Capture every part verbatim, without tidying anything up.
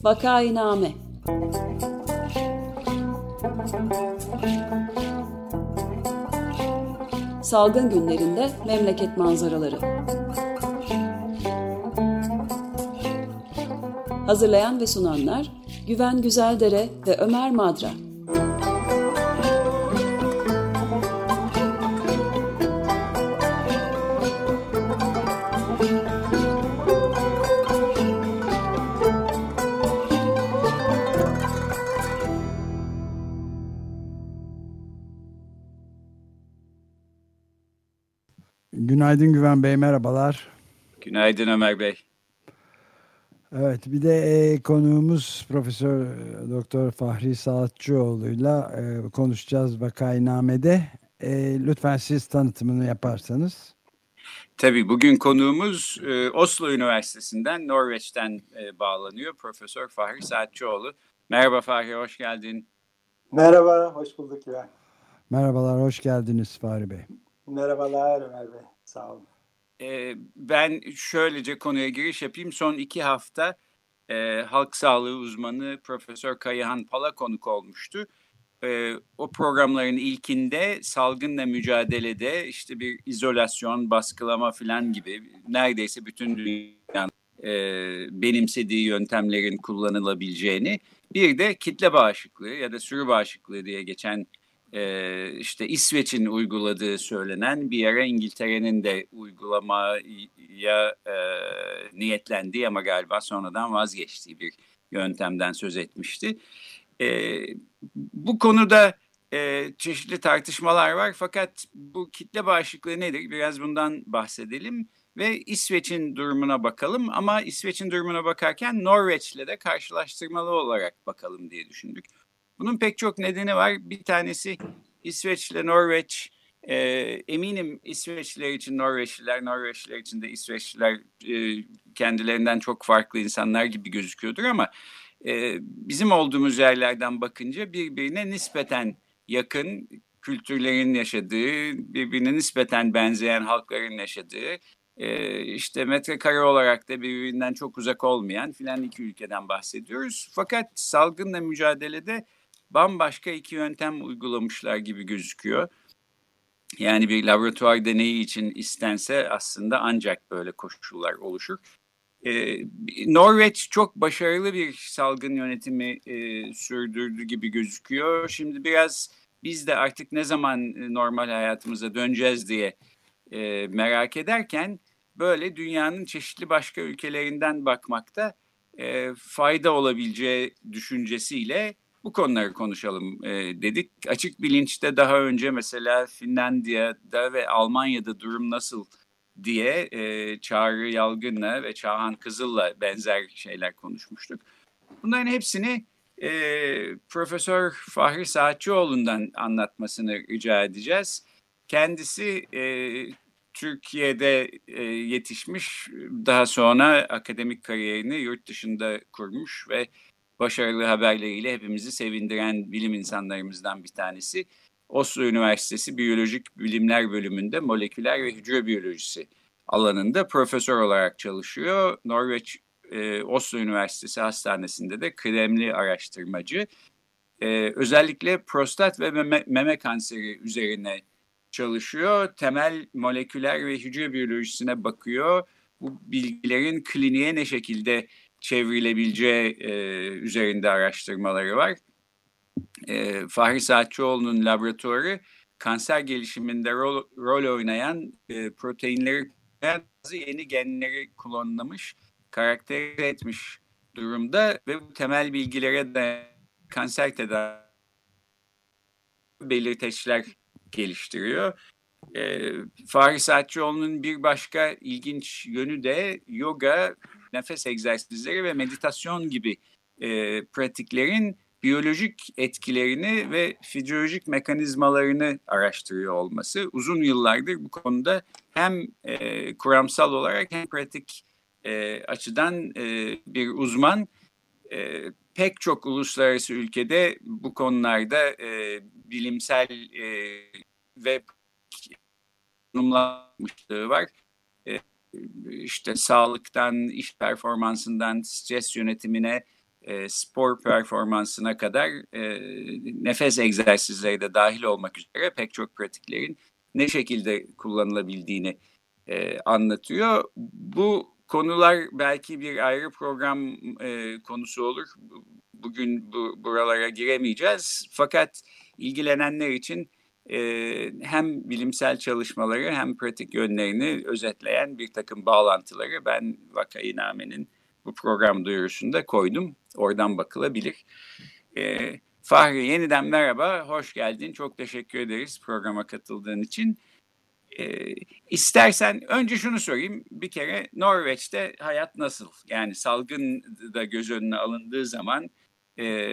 Vakainame. Salgın günlerinde memleket manzaraları. Hazırlayan ve sunanlar Güven Güzeldere ve Ömer Madra. Günaydın Güven Bey, merhabalar. Günaydın Ömer Bey. Evet, bir de e, konuğumuz Profesör Doktor Fahri Saatçıoğlu'yla e, konuşacağız Vakainame'de. E, lütfen siz tanıtımını yaparsanız. Tabii bugün konuğumuz e, Oslo Üniversitesi'nden, Norveç'ten e, bağlanıyor Profesör Fahri Saatçıoğlu. Merhaba Fahri, hoş geldin. Merhaba, hoş bulduk Güven. Merhabalar, hoş geldiniz Fahri Bey. Merhabalar Ömer Bey, sağ olun. E, ben şöylece konuya giriş yapayım. Son iki hafta e, halk sağlığı uzmanı Profesör Kayahan Pala konuk olmuştu. E, o programların ilkinde salgınla mücadelede işte bir izolasyon, baskılama falan gibi neredeyse bütün dünyanın e, benimsediği yöntemlerin kullanılabileceğini, bir de kitle bağışıklığı ya da sürü bağışıklığı diye geçen e, işte İsveç'in uyguladığı söylenen, bir ara İngiltere'nin de uygulamaya e, niyetlendiği ama galiba sonradan vazgeçtiği bir yöntemden söz etmişti. E, bu konuda e, çeşitli tartışmalar var, fakat bu kitle bağışıklığı nedir? Biraz bundan bahsedelim ve İsveç'in durumuna bakalım, ama İsveç'in durumuna bakarken Norveç'le de karşılaştırmalı olarak bakalım diye düşündük. Bunun pek çok nedeni var. Bir tanesi İsveç ile Norveç. E, eminim İsveçliler için Norveçliler, Norveçliler için de İsveçliler e, kendilerinden çok farklı insanlar gibi gözüküyordur, ama e, bizim olduğumuz yerlerden bakınca birbirine nispeten yakın kültürlerin yaşadığı, birbirine nispeten benzeyen halkların yaşadığı, e, işte metrekare olarak da birbirinden çok uzak olmayan filan iki ülkeden bahsediyoruz. Fakat salgınla mücadelede bambaşka iki yöntem uygulamışlar gibi gözüküyor. Yani bir laboratuvar deneyi için istense aslında ancak böyle koşullar oluşur. Ee, Norveç çok başarılı bir salgın yönetimi e, sürdürdü gibi gözüküyor. Şimdi biraz biz de artık ne zaman normal hayatımıza döneceğiz diye e, merak ederken, böyle dünyanın çeşitli başka ülkelerinden bakmakta e, fayda olabileceği düşüncesiyle bu konuları konuşalım e, dedik. Açık bilinçte daha önce mesela Finlandiya'da ve Almanya'da durum nasıl diye e, Çağrı Yalgın'la ve Çağhan Kızıl'la benzer şeyler konuşmuştuk. Bunların hepsini e, Profesör Fahri Saatçıoğlu'ndan anlatmasını rica edeceğiz. Kendisi e, Türkiye'de e, yetişmiş, daha sonra akademik kariyerini yurt dışında kurmuş ve başarılı haberleriyle hepimizi sevindiren bilim insanlarımızdan bir tanesi. Oslo Üniversitesi Biyolojik Bilimler Bölümünde moleküler ve hücre biyolojisi alanında profesör olarak çalışıyor. Norveç e, Oslo Üniversitesi Hastanesi'nde de kıdemli araştırmacı. E, özellikle prostat ve meme, meme kanseri üzerine çalışıyor. Temel moleküler ve hücre biyolojisine bakıyor. Bu bilgilerin kliniğe ne şekilde çevrilebileceği e, üzerinde araştırmaları var. E, Fahri Saatçıoğlu'nun laboratuvarı kanser gelişiminde rol, rol oynayan e, proteinleri, bazı yeni genleri klonlamış, karakterize etmiş durumda ve bu temel bilgilere de kanser tedavi belirteçler geliştiriyor. E, Fahri Saatçıoğlu'nun bir başka ilginç yönü de yoga, nefes egzersizleri ve meditasyon gibi e, pratiklerin biyolojik etkilerini ve fizyolojik mekanizmalarını araştırıyor olması. Uzun yıllardır bu konuda hem e, kuramsal olarak hem pratik e, açıdan e, bir uzman. E, pek çok uluslararası ülkede bu konularda e, bilimsel e, ve sunumlanmışlığı var. E, işte sağlıktan, iş performansından, stres yönetimine, e, spor performansına kadar e, nefes egzersizleri de dahil olmak üzere pek çok pratiklerin ne şekilde kullanılabildiğini e, anlatıyor. Bu konular belki bir ayrı program e, konusu olur. Bugün bu, buralara giremeyeceğiz. Fakat ilgilenenler için e, hem bilimsel çalışmaları hem pratik yönlerini özetleyen bir takım bağlantıları ben Vakainame'nin bu program duyurusunda koydum. Oradan bakılabilir. E, Fahri, yeniden merhaba, hoş geldin. Çok teşekkür ederiz programa katıldığın için. E, istersen önce şunu sorayım. Bir kere Norveç'te hayat nasıl? Yani salgın da göz önüne alındığı zaman e,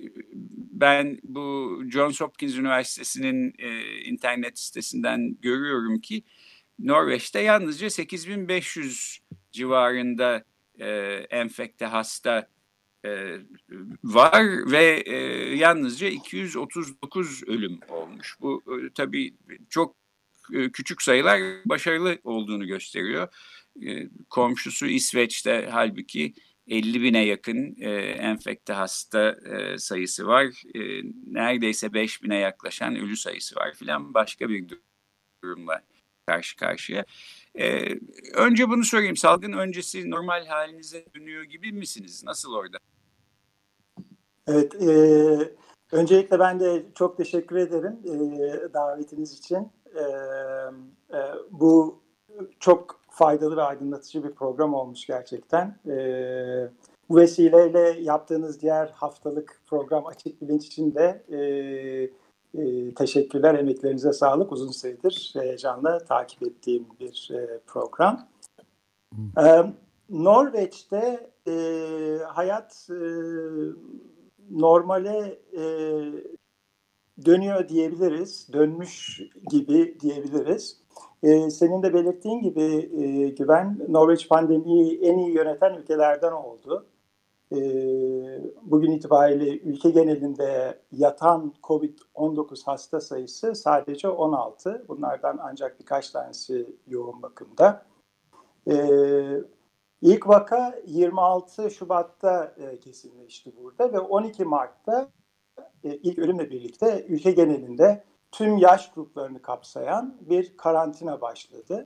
ben bu Johns Hopkins Üniversitesi'nin e, internet sitesinden görüyorum ki Norveç'te yalnızca sekiz bin beş yüz civarında e, enfekte hasta e, var ve e, yalnızca iki yüz otuz dokuz ölüm olmuş. Bu e, tabii çok e, küçük sayılar başarılı olduğunu gösteriyor. E, komşusu İsveç'te halbuki elli bine yakın e, enfekte hasta e, sayısı var. E, neredeyse beş bine yaklaşan ölü sayısı var filan, başka bir durumla karşı karşıya. E, önce bunu sorayım. Salgın öncesi normal halinize dönüyor gibi misiniz? Nasıl orada? Evet, e, öncelikle ben de çok teşekkür ederim e, davetiniz için. E, e, bu çok faydalı ve aydınlatıcı bir program olmuş gerçekten. E, bu vesileyle yaptığınız diğer haftalık program Açık Bilinç için de e, e, teşekkürler, emeklerinize sağlık. Uzun süredir heyecanla takip ettiğim bir e, program. E, Norveç'te e, hayat e, normale e, dönüyor diyebiliriz, dönmüş gibi diyebiliriz. Ee, senin de belirttiğin gibi e, Güven, Norveç pandemiyi en iyi yöneten ülkelerden oldu. Ee, bugün itibariyle ülke genelinde yatan kovid on dokuz hasta sayısı sadece on altı. Bunlardan ancak birkaç tanesi yoğun bakımda. Ee, ilk vaka yirmi altı Şubat'ta e, kesinleşti burada ve on iki Mart'ta e, ilk ölümle birlikte ülke genelinde tüm yaş gruplarını kapsayan bir karantina başladı.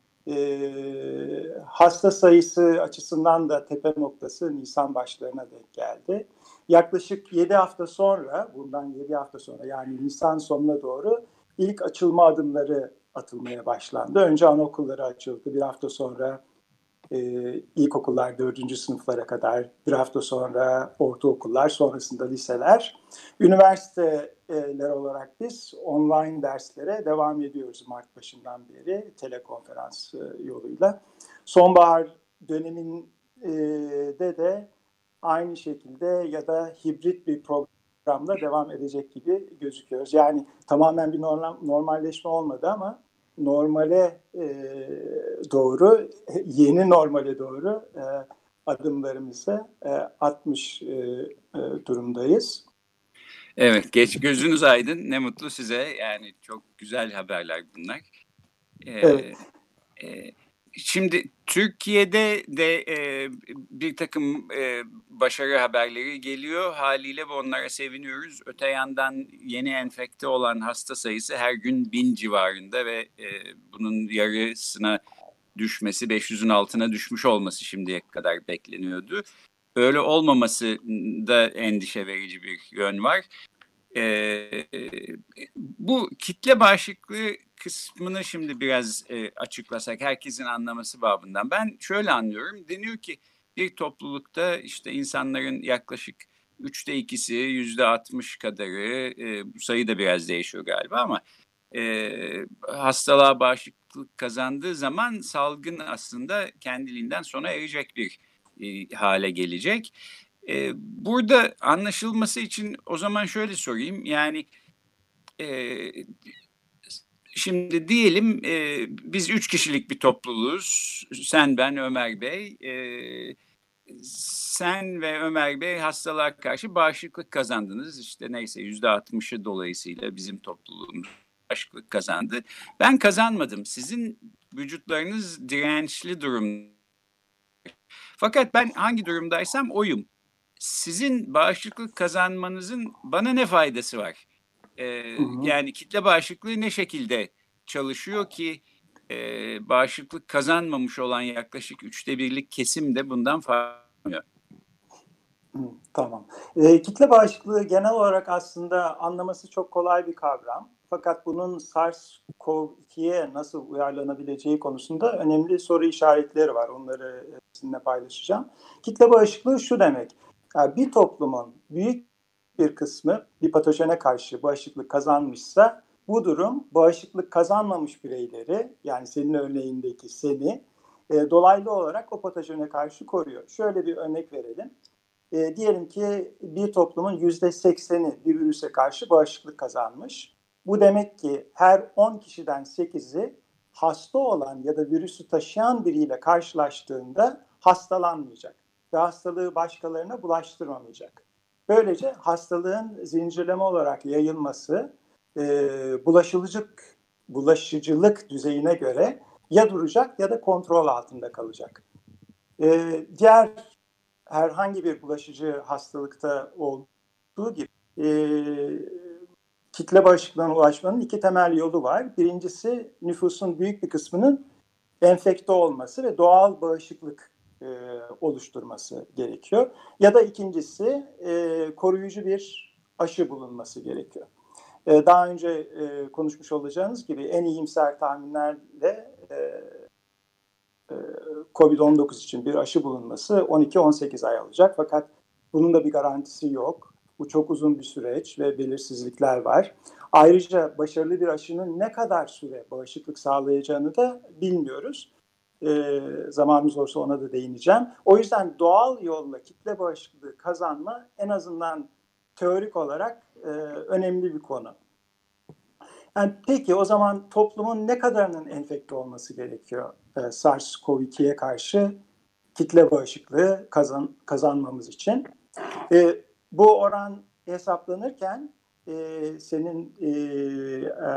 Ee, hasta sayısı açısından da tepe noktası Nisan başlarına denk geldi. Yaklaşık yedi hafta sonra, bundan yedi hafta sonra yani Nisan sonuna doğru ilk açılma adımları atılmaya başlandı. Önce anaokulları açıldı, bir hafta sonra e, ilkokullar dördüncü sınıflara kadar, bir hafta sonra ortaokullar, sonrasında liseler. Üniversiteler olarak biz online derslere devam ediyoruz Mart başından beri telekonferans yoluyla. Sonbahar döneminde de aynı şekilde ya da hibrit bir programla devam edecek gibi gözüküyoruz. Yani tamamen bir normal, normalleşme olmadı ama normale e, doğru, yeni normale doğru e, adımlarımızı e, atmış e, e, durumdayız. Evet, geç gözünüz aydın. Ne mutlu size. Yani çok güzel haberler bunlar. Ee, Evet. e, şimdi Türkiye'de de e, bir takım e, başarı haberleri geliyor. Haliyle onlara seviniyoruz. Öte yandan yeni enfekte olan hasta sayısı her gün bin civarında ve e, bunun yarısına düşmesi, beş yüzün altına düşmüş olması şimdiye kadar bekleniyordu. Öyle olmaması da endişe verici bir yön var. Ee, bu kitle bağışıklığı kısmını şimdi biraz e, açıklasak herkesin anlaması babından. Ben şöyle anlıyorum. Deniyor ki bir toplulukta işte insanların yaklaşık üçte ikisi, yüzde altmış kadarı, e, bu sayı da biraz değişiyor galiba ama e, hastalığa bağışıklık kazandığı zaman salgın aslında kendiliğinden sona erecek bir e, hale gelecek. Ee, burada anlaşılması için o zaman şöyle sorayım. Yani e, şimdi diyelim e, biz üç kişilik bir topluluğuz. Sen, ben, Ömer Bey. E, sen ve Ömer Bey hastalığa karşı bağışıklık kazandınız. İşte neyse yüzde altmışı dolayısıyla bizim topluluğumuz bağışıklık kazandı. Ben kazanmadım. Sizin vücutlarınız dirençli durumda. Fakat ben hangi durumdaysam oyum. sizin bağışıklık kazanmanızın bana ne faydası var? Ee, yani kitle bağışıklığı ne şekilde çalışıyor ki e, bağışıklık kazanmamış olan yaklaşık üçte birlik kesim de bundan faydalanıyor? Tamam. E, kitle bağışıklığı genel olarak aslında anlaması çok kolay bir kavram. Fakat bunun SARS-CoV ikiye nasıl uyarlanabileceği konusunda önemli soru işaretleri var. Onları sizinle paylaşacağım. Kitle bağışıklığı şu demek. Yani bir toplumun büyük bir kısmı bir patojene karşı bağışıklık kazanmışsa bu durum bağışıklık kazanmamış bireyleri, yani senin örneğindeki seni e, dolaylı olarak o patojene karşı koruyor. Şöyle bir örnek verelim. E, diyelim ki bir toplumun yüzde sekseni bir virüse karşı bağışıklık kazanmış. Bu demek ki her on kişiden sekizi hasta olan ya da virüsü taşıyan biriyle karşılaştığında hastalanmayacak ve hastalığı başkalarına bulaştırmamayacak. Böylece hastalığın zincirleme olarak yayılması e, bulaşıcılık, bulaşıcılık düzeyine göre ya duracak ya da kontrol altında kalacak. E, diğer herhangi bir bulaşıcı hastalıkta olduğu gibi e, kitle bağışıklığına ulaşmanın iki temel yolu var. Birincisi nüfusun büyük bir kısmının enfekte olması ve doğal bağışıklık e, oluşturması gerekiyor. Ya da ikincisi e, koruyucu bir aşı bulunması gerekiyor. E, daha önce e, konuşmuş olacağınız gibi en iyimser tahminlerle e, kovid on dokuz için bir aşı bulunması on iki on sekiz ay alacak. Fakat bunun da bir garantisi yok. Bu çok uzun bir süreç ve belirsizlikler var. Ayrıca başarılı bir aşının ne kadar süre bağışıklık sağlayacağını da bilmiyoruz. E, zamanımız olursa ona da değineceğim. O yüzden doğal yolla kitle bağışıklığı kazanma en azından teorik olarak e, önemli bir konu. Yani peki o zaman toplumun ne kadarının enfekte olması gerekiyor e, SARS-CoV ikiye karşı kitle bağışıklığı kazan, kazanmamız için? E, bu oran hesaplanırken e, senin e, e,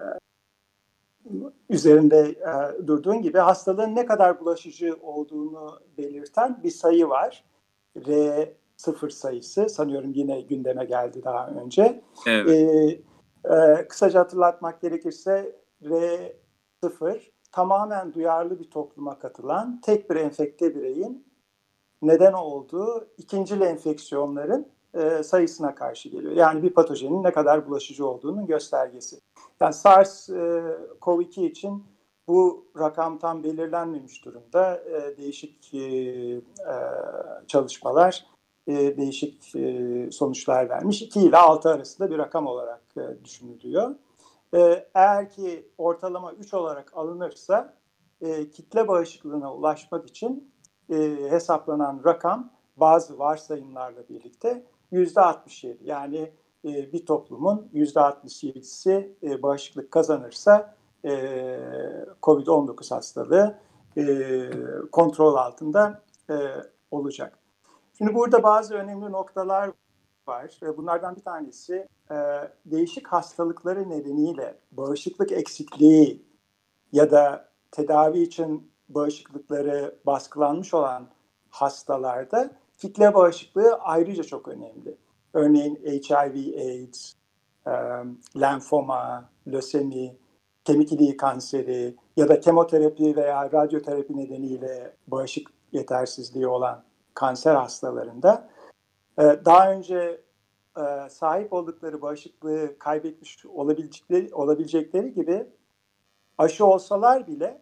üzerinde e, durduğun gibi hastalığın ne kadar bulaşıcı olduğunu belirten bir sayı var. R sıfır sayısı, sanıyorum yine gündeme geldi daha önce. Evet. E, Ee, kısaca hatırlatmak gerekirse R sıfır tamamen duyarlı bir topluma katılan tek bir enfekte bireyin neden olduğu ikincil enfeksiyonların e, sayısına karşı geliyor. Yani bir patojenin ne kadar bulaşıcı olduğunun göstergesi. Yani SARS-CoV iki için bu rakam tam belirlenmemiş durumda. E, değişik e, e, çalışmalar değişik sonuçlar vermiş. iki ile altı arasında bir rakam olarak düşünülüyor. Eğer ki ortalama üç olarak alınırsa kitle bağışıklığına ulaşmak için hesaplanan rakam bazı varsayımlarla birlikte yüzde altmış yedi. Yani bir toplumun yüzde altmış yedisi bağışıklık kazanırsa kovid on dokuz hastalığı kontrol altında olacak. Şimdi burada bazı önemli noktalar var. Bunlardan bir tanesi değişik hastalıkları nedeniyle bağışıklık eksikliği ya da tedavi için bağışıklıkları baskılanmış olan hastalarda kitle bağışıklığı ayrıca çok önemli. Örneğin H I V AIDS, lenfoma, lösemi, kemik iliği kanseri ya da kemoterapi veya radyoterapi nedeniyle bağışıklık yetersizliği olan kanser hastalarında daha önce sahip oldukları bağışıklığı kaybetmiş olabilecekleri, olabilecekleri gibi aşı olsalar bile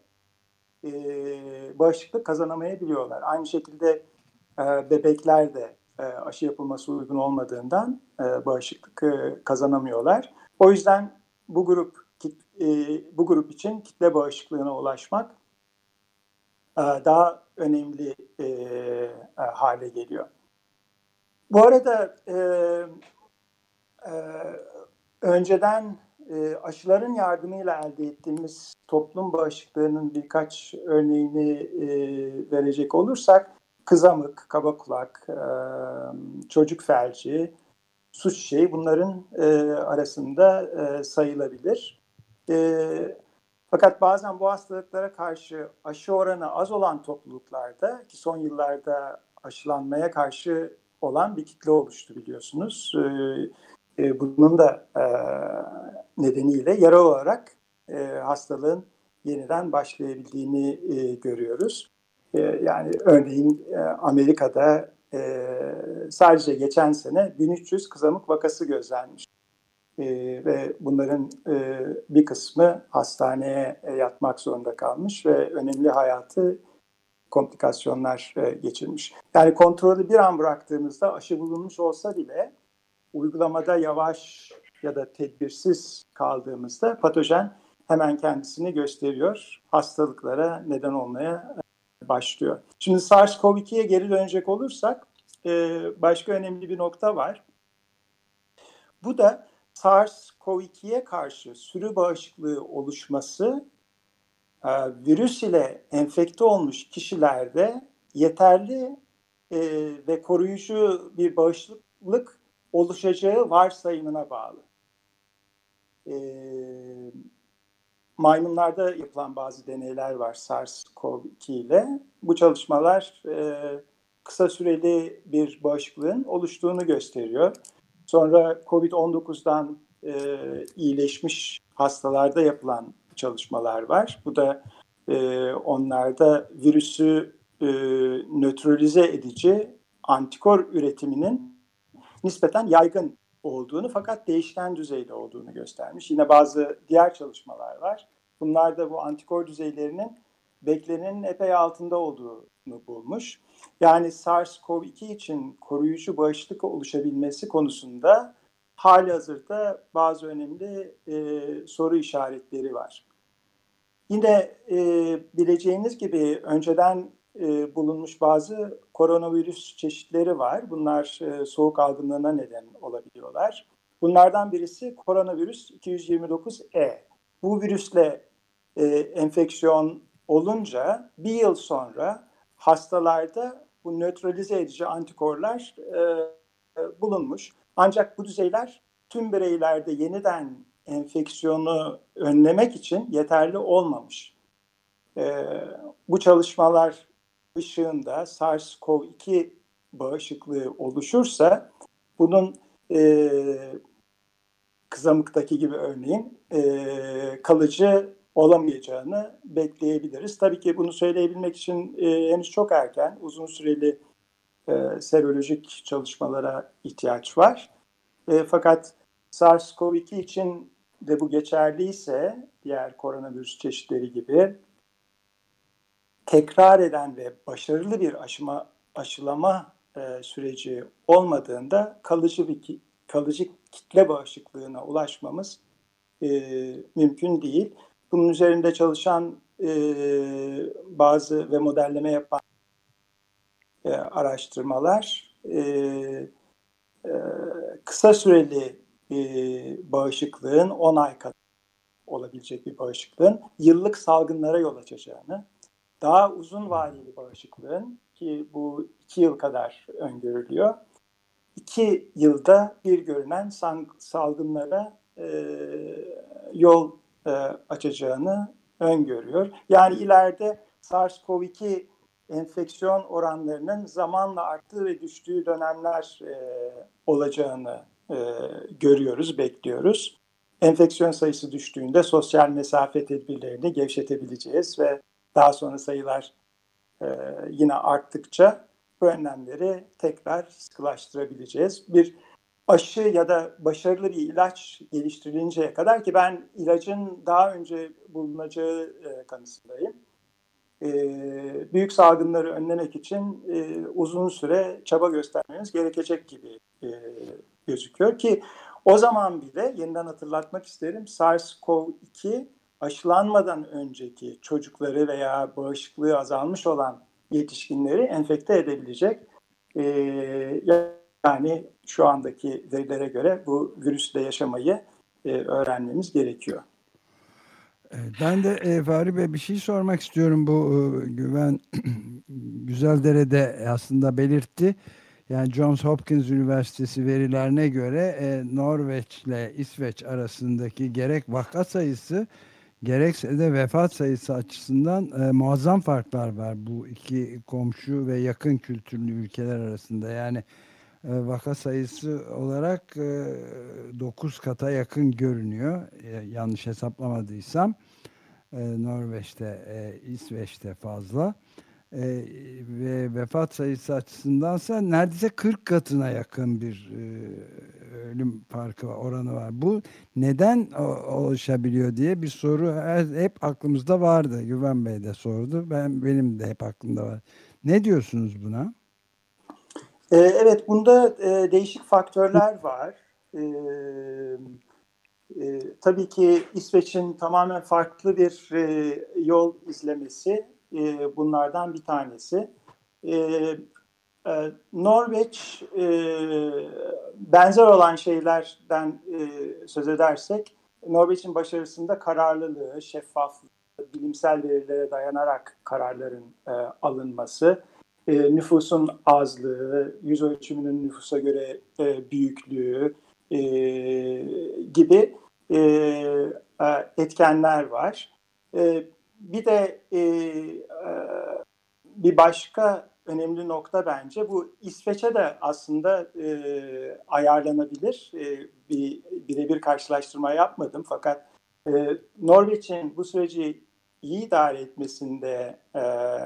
bağışıklık kazanamayabiliyorlar. Aynı şekilde bebekler de aşı yapılması uygun olmadığından bağışıklık kazanamıyorlar. O yüzden bu grup bu grup için kitle bağışıklığına ulaşmak daha önemli e, e, hale geliyor. Bu arada e, e, önceden e, aşıların yardımıyla elde ettiğimiz toplum bağışıklığının birkaç örneğini e, verecek olursak, kızamık, kaba kulak, e, çocuk felci, su çiçeği bunların e, arasında e, sayılabilir. E, Fakat bazen bu hastalıklara karşı aşı oranı az olan topluluklarda, ki son yıllarda aşılanmaya karşı olan bir kitle oluştu biliyorsunuz. E, e, bunun da e, nedeniyle yara olarak e, hastalığın yeniden başlayabildiğini e, görüyoruz. E, yani örneğin e, Amerika'da e, sadece geçen sene bin üç yüz kızamık vakası gözlenmiş. E, ve bunların e, bir kısmı hastaneye e, yatmak zorunda kalmış ve önemli hayatı komplikasyonlar e, geçirmiş. Yani kontrolü bir an bıraktığımızda aşı bulunmuş olsa bile uygulamada yavaş ya da tedbirsiz kaldığımızda patojen hemen kendisini gösteriyor, hastalıklara neden olmaya başlıyor. Şimdi SARS-CoV ikiye geri dönecek olursak e, başka önemli bir nokta var. Bu da SARS-CoV ikiye karşı sürü bağışıklığı oluşması e, virüs ile enfekte olmuş kişilerde yeterli e, ve koruyucu bir bağışıklık oluşacağı varsayımına bağlı. E, maymunlarda yapılan bazı deneyler var SARS-CoV iki ile. Bu çalışmalar e, kısa süreli bir bağışıklığın oluştuğunu gösteriyor. Sonra kovid on dokuzdan e, iyileşmiş hastalarda yapılan çalışmalar var. Bu da e, onlarda virüsü e, nötralize edici antikor üretiminin nispeten yaygın olduğunu fakat değişken düzeyde olduğunu göstermiş. Yine bazı diğer çalışmalar var. Bunlarda bu antikor düzeylerinin beklenenin epey altında olduğunu bulmuş. Yani SARS-CoV iki için koruyucu bağışıklık oluşabilmesi konusunda halihazırda bazı önemli e, soru işaretleri var. Yine e, bileceğiniz gibi önceden e, bulunmuş bazı koronavirüs çeşitleri var. Bunlar e, soğuk algınlığına neden olabiliyorlar. Bunlardan birisi koronavirüs iki yüz yirmi dokuz E. Bu virüsle e, enfeksiyon olunca bir yıl sonra hastalarda bu nötralize edici antikorlar e, e, bulunmuş. Ancak bu düzeyler tüm bireylerde yeniden enfeksiyonu önlemek için yeterli olmamış. E, bu çalışmalar ışığında SARS-CoV iki bağışıklığı oluşursa bunun e, kızamıktaki gibi örneğin e, kalıcı olamayacağını bekleyebiliriz. Tabii ki bunu söyleyebilmek için e, henüz çok erken, uzun süreli e, serolojik çalışmalara ihtiyaç var. E, fakat SARS-CoV iki için de bu geçerliyse diğer koronavirüs çeşitleri gibi tekrar eden ve başarılı bir aşıma, aşılama e, süreci olmadığında kalıcı bir kalıcı kitle bağışıklığına ulaşmamız e, mümkün değil. Bunun üzerinde çalışan e, bazı ve modelleme yapan e, araştırmalar e, e, kısa süreli e, bağışıklığın on ay kadar olabilecek bir bağışıklığın yıllık salgınlara yol açacağını, daha uzun vadeli bağışıklığın ki bu iki yıl kadar öngörülüyor, iki yılda bir görünen salgınlara e, yol e, açacağını öngörüyor. Yani ileride SARS-CoV iki enfeksiyon oranlarının zamanla arttığı ve düştüğü dönemler e, olacağını e, görüyoruz, bekliyoruz. Enfeksiyon sayısı düştüğünde sosyal mesafe tedbirlerini gevşetebileceğiz ve daha sonra sayılar e, yine arttıkça bu önlemleri tekrar sıkılaştırabileceğiz. Bir aşı ya da başarılı bir ilaç geliştirilinceye kadar, ki ben ilacın daha önce bulunacağı e, kanısındayım. E, büyük salgınları önlemek için e, uzun süre çaba göstermeniz gerekecek gibi e, gözüküyor ki o zaman bile yeniden hatırlatmak isterim, SARS-CoV iki aşılanmadan önceki çocukları veya bağışıklığı azalmış olan yetişkinleri enfekte edebilecek. E, yani şu andaki verilere göre bu virüsle yaşamayı e, öğrenmemiz gerekiyor. Ben de e, Fahri Bey bir şey sormak istiyorum. Bu e, Güven Güzeldere'de aslında belirtti. Yani Johns Hopkins Üniversitesi verilerine göre e, Norveç ile İsveç arasındaki gerek vaka sayısı gerekse de vefat sayısı açısından e, muazzam farklar var bu iki komşu ve yakın kültürlü ülkeler arasında. Yani vaka sayısı olarak dokuz kata yakın görünüyor. Yanlış hesaplamadıysam. Norveç'te, İsveç'te fazla. Ve vefat sayısı açısındansa neredeyse kırk katına yakın bir ölüm farkı oranı var. Bu neden oluşabiliyor diye bir soru hep aklımızda vardı. Güven Bey de sordu. Ben benim de hep aklımda var. Ne diyorsunuz buna? Ee, evet, bunda e, değişik faktörler var. Ee, e, tabii ki İsveç'in tamamen farklı bir e, yol izlemesi e, bunlardan bir tanesi. E, e, Norveç e, benzer olan şeylerden e, söz edersek, Norveç'in başarısında kararlılığı, şeffaflığı, bilimsel verilere dayanarak kararların e, alınması, E, nüfusun azlığı, yüz ölçümünün nüfusa göre e, büyüklüğü e, gibi e, e, etkenler var. E, bir de e, e, bir başka önemli nokta bence bu İsveç'e de aslında e, ayarlanabilir. E, bir birebir karşılaştırma yapmadım fakat e, Norveç'in bu süreci iyi idare etmesinde e,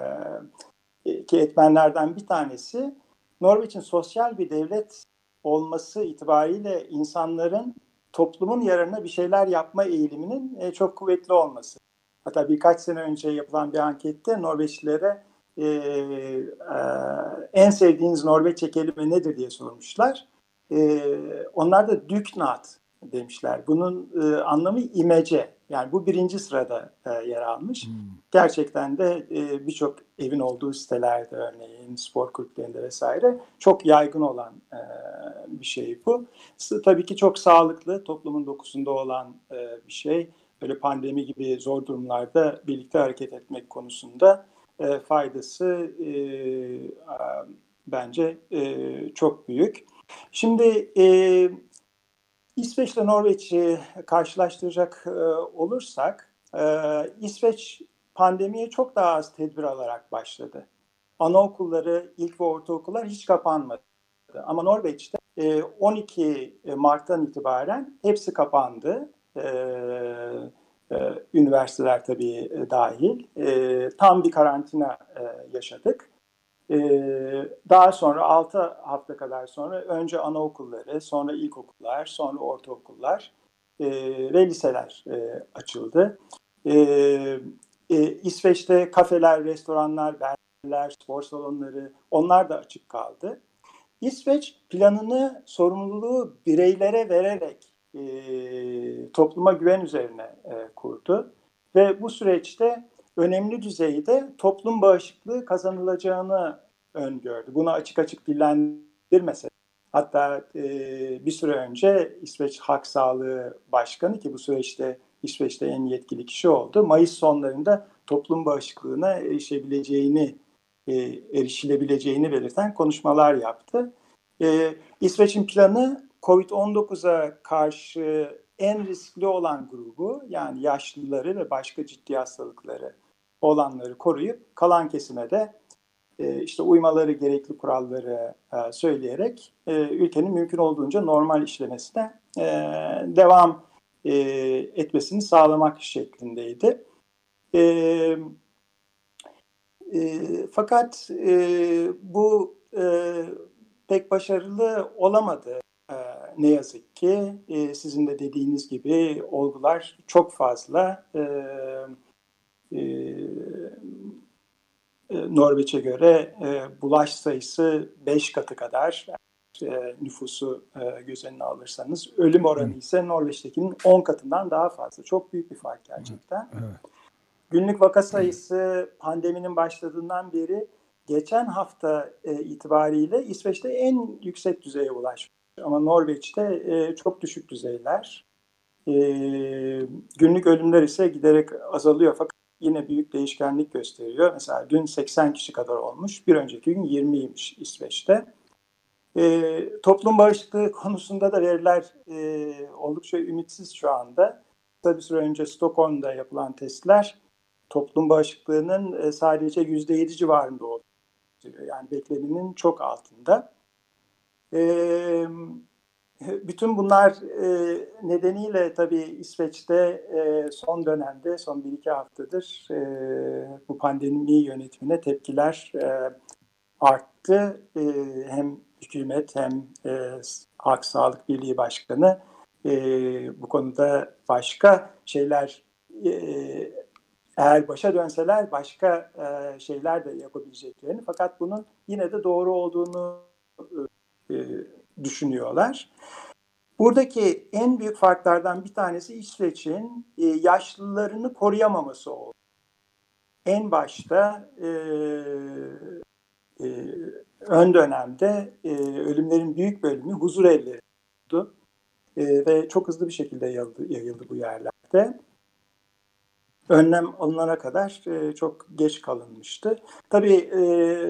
ki etmenlerden bir tanesi Norveç'in sosyal bir devlet olması itibariyle insanların toplumun yararına bir şeyler yapma eğiliminin e, çok kuvvetli olması. Hatta birkaç sene önce yapılan bir ankette Norveçlilere e, e, en sevdiğiniz Norveççe kelime nedir diye sormuşlar. E, onlar da düknat demişler. Bunun e, anlamı imece. Yani bu birinci sırada e, yer almış. Hmm. Gerçekten de e, birçok evin olduğu sitelerde örneğin spor kulüplerinde vesaire çok yaygın olan e, bir şey bu. Tabii ki çok sağlıklı, toplumun dokusunda olan e, bir şey. Böyle pandemi gibi zor durumlarda birlikte hareket etmek konusunda e, faydası e, a, bence e, çok büyük. Şimdi e, İsveç ile Norveç'i karşılaştıracak e, olursak, e, İsveç pandemiye çok daha az tedbir alarak başladı. Anaokulları, ilk ve ortaokullar hiç kapanmadı. Ama Norveç'te e, on iki Mart'tan itibaren hepsi kapandı. E, e, üniversiteler tabii dahil. E, tam bir karantina e, yaşadık. Ee, daha sonra altı hafta kadar sonra önce anaokulları, sonra ilkokullar, sonra ortaokullar e, ve liseler e, açıldı. E, e, İsveç'te kafeler, restoranlar, berler, spor salonları onlar da açık kaldı. İsveç planını, sorumluluğu bireylere vererek e, topluma güven üzerine e, kurdu. Ve bu süreçte önemli düzeyde toplum bağışıklığı kazanılacağını öngördü. Bunu açık açık dillendirmese. Hatta e, bir süre önce İsveç Halk Sağlığı Başkanı, ki bu süreçte İsveç'te en yetkili kişi oldu, Mayıs sonlarında toplum bağışıklığına erişebileceğini, e, erişilebileceğini belirten konuşmalar yaptı. E, İsveç'in planı kovid on dokuza karşı en riskli olan grubu, yani yaşlıları ve başka ciddi hastalıkları olanları koruyup kalan kesime de e, işte uymaları gerekli kuralları e, söyleyerek e, ülkenin mümkün olduğunca normal işlemesine e, devam e, etmesini sağlamak şeklindeydi. E, e, fakat e, bu e, pek başarılı olamadı. Ne yazık ki e, sizin de dediğiniz gibi olgular çok fazla. E, e, Norveç'e göre e, bulaş sayısı beş katı kadar, e, nüfusu e, göz önüne alırsanız. Ölüm oranı ise Norveç'tekinin on katından daha fazla. Çok büyük bir fark gerçekten. Evet. Günlük vaka sayısı pandeminin başladığından beri geçen hafta e, itibariyle İsveç'te en yüksek düzeye ulaşmış. Ama Norveç'te e, çok düşük düzeyler. E, günlük ölümler ise giderek azalıyor fakat yine büyük değişkenlik gösteriyor. Mesela dün seksen kişi kadar olmuş, bir önceki gün yirmiymiş İsveç'te. E, toplum bağışıklığı konusunda da veriler e, oldukça ümitsiz şu anda. Kısa bir süre önce Stockholm'da yapılan testler toplum bağışıklığının e, sadece yüzde yedi civarında olduğunu gösteriyor. Yani beklenenin çok altında. E, bütün bunlar e, nedeniyle tabii İsveç'te e, son dönemde, son bir iki haftadır e, bu pandemi yönetimine tepkiler e, arttı. E, hem hükümet hem e, Halk Sağlık Birliği Başkanı e, bu konuda başka şeyler, e, eğer başa dönseler başka e, şeyler de yapabileceklerini, fakat bunun yine de doğru olduğunu e, düşünüyorlar. Buradaki en büyük farklardan bir tanesi İsveç'in e, yaşlılarını koruyamaması oldu. En başta e, e, ön dönemde e, ölümlerin büyük bölümü huzur evleri oldu e, ve çok hızlı bir şekilde yayıldı, yayıldı bu yerlerde. Önlem alınana kadar e, çok geç kalınmıştı. Tabii e,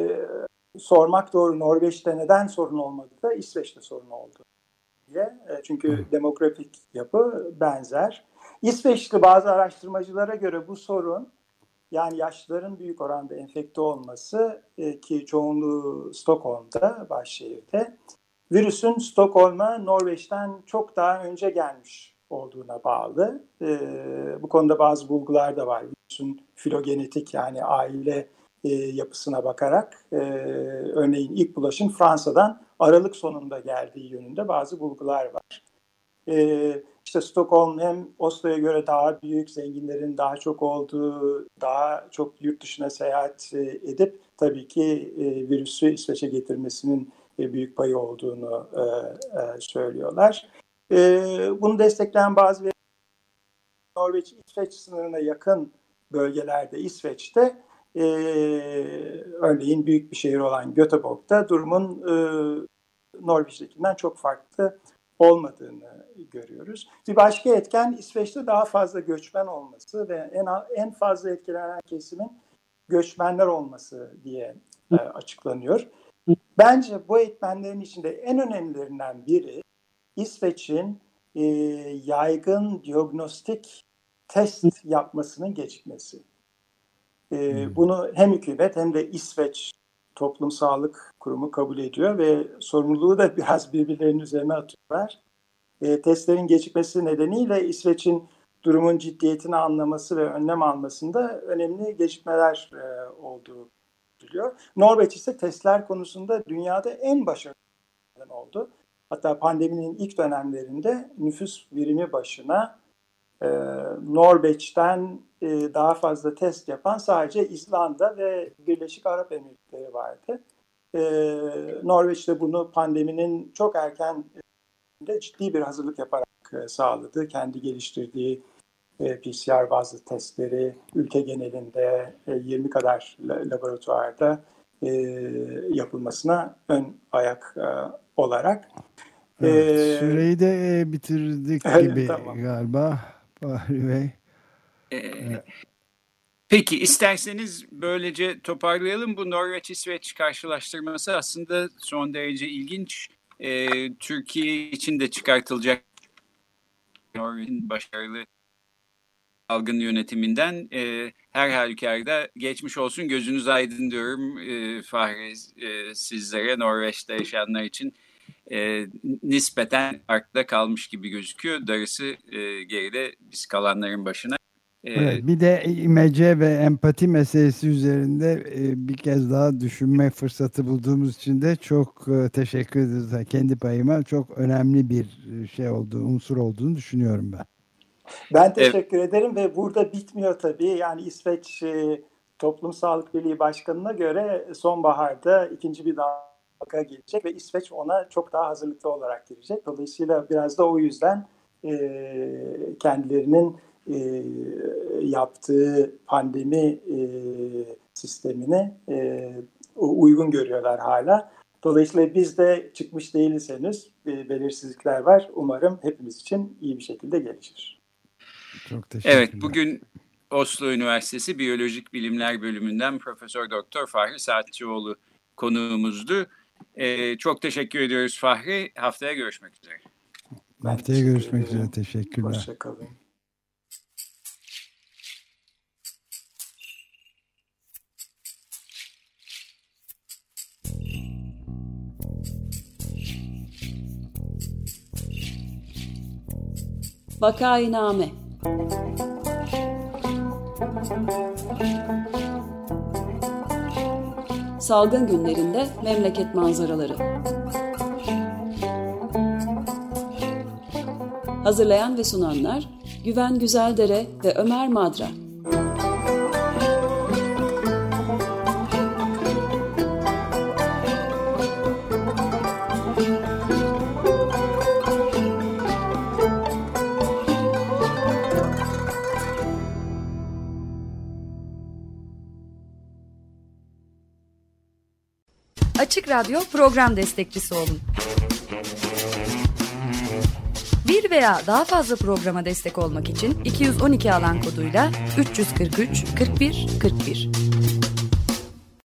sormak doğru, Norveç'te neden sorun olmadı da İsveç'te sorun oldu diye. E, çünkü Hı. demografik yapı benzer. İsveçli bazı araştırmacılara göre bu sorun, yani yaşlıların büyük oranda enfekte olması e, ki çoğunluğu Stockholm'da, başşehirde, virüsün Stockholm'a Norveç'ten çok daha önce gelmiş olduğuna bağlı. E, bu konuda bazı bulgular da var. Virüsün filogenetik, yani aile e, yapısına bakarak e, örneğin ilk bulaşın Fransa'dan Aralık sonunda geldiği yönünde bazı bulgular var. E, işte Stockholm hem Oslo'ya göre daha büyük, zenginlerin daha çok olduğu, daha çok yurt dışına seyahat e, edip tabii ki e, virüsü İsveç'e getirmesinin e, büyük payı olduğunu e, e, söylüyorlar. E, bunu destekleyen bazı Norveç-İsveç sınırına yakın bölgelerde, İsveç'te e, örneğin büyük bir şehir olan Göteborg'da durumun e, Norveç'tekinden çok farklı olmadığını görüyoruz. Bir başka etken İsveç'te daha fazla göçmen olması ve en en fazla etkilenen kesimin göçmenler olması diye e, açıklanıyor. Bence bu etmenlerin içinde en önemlilerinden biri İsveç'in e, yaygın diagnostik test yapmasının gecikmesi. E, hmm. Bunu hem hükümet hem de İsveç Toplum Sağlık Kurumu kabul ediyor ve sorumluluğu da biraz birbirlerinin üzerine atıyorlar. E, testlerin gecikmesi nedeniyle İsveç'in durumun ciddiyetini anlaması ve önlem almasında önemli gecikmeler e, olduğu biliyor. Norveç ise testler konusunda dünyada en başarılı oldu. Hatta pandeminin ilk dönemlerinde nüfus birimi başına e, Norveç'ten e, daha fazla test yapan sadece İzlanda ve Birleşik Arap Emirlikleri vardı. E, Norveç de bunu pandeminin çok erken de ciddi bir hazırlık yaparak e, sağladı. Kendi geliştirdiği e, P C R bazlı testleri ülke genelinde e, yirmi kadar laboratuvarda e, yapılmasına ön ayak e, olarak. Evet, ee, süreyi de e, bitirdik gibi tamam. galiba Fahri Bey. Ee, evet. Peki isterseniz böylece toparlayalım. Bu Norveç-İsveç karşılaştırması aslında son derece ilginç. Ee, Türkiye için de çıkartılacak Norveç'in başarılı salgın yönetiminden e, her halükarda geçmiş olsun, gözünüz aydın diyorum e, Fahri e, sizlere. Norveç'te yaşayanlar için e, nispeten arkada kalmış gibi gözüküyor. Darısı e, geride biz kalanların başına. E, evet, bir de imece ve empati meselesi üzerinde e, bir kez daha düşünme fırsatı bulduğumuz için de çok e, teşekkür ederiz. Kendi payıma çok önemli bir şey olduğu, unsur olduğunu düşünüyorum ben. Ben teşekkür evet. ederim ve burada bitmiyor tabii. Yani İsveç e, Toplum Sağlık Birliği Başkanı'na göre sonbaharda ikinci bir dalga gelecek ve İsveç ona çok daha hazırlıklı olarak girecek. Dolayısıyla biraz da o yüzden e, kendilerinin e, yaptığı pandemi e, sistemini e, uygun görüyorlar hala. Dolayısıyla biz de çıkmış değiliz henüz. E, belirsizlikler var. Umarım hepimiz için iyi bir şekilde gelişir. Çok teşekkürler. Evet, bugün Oslo Üniversitesi Biyolojik Bilimler Bölümünden Profesör Doktor Fahri Saatçioğlu konuğumuzdu. Ee, çok teşekkür ediyoruz Fahri. Haftaya görüşmek üzere. Haftaya görüşmek üzere. Teşekkürler. Hoşçakalın. Vakainame. Salgın günlerinde memleket manzaraları. Hazırlayan ve sunanlar Güven Güzeldere ve Ömer Madra. Açık Radyo program destekçisi olun. Bir veya daha fazla programa destek olmak için iki yüz on iki alan koduyla üç yüz kırk üç kırk bir kırk bir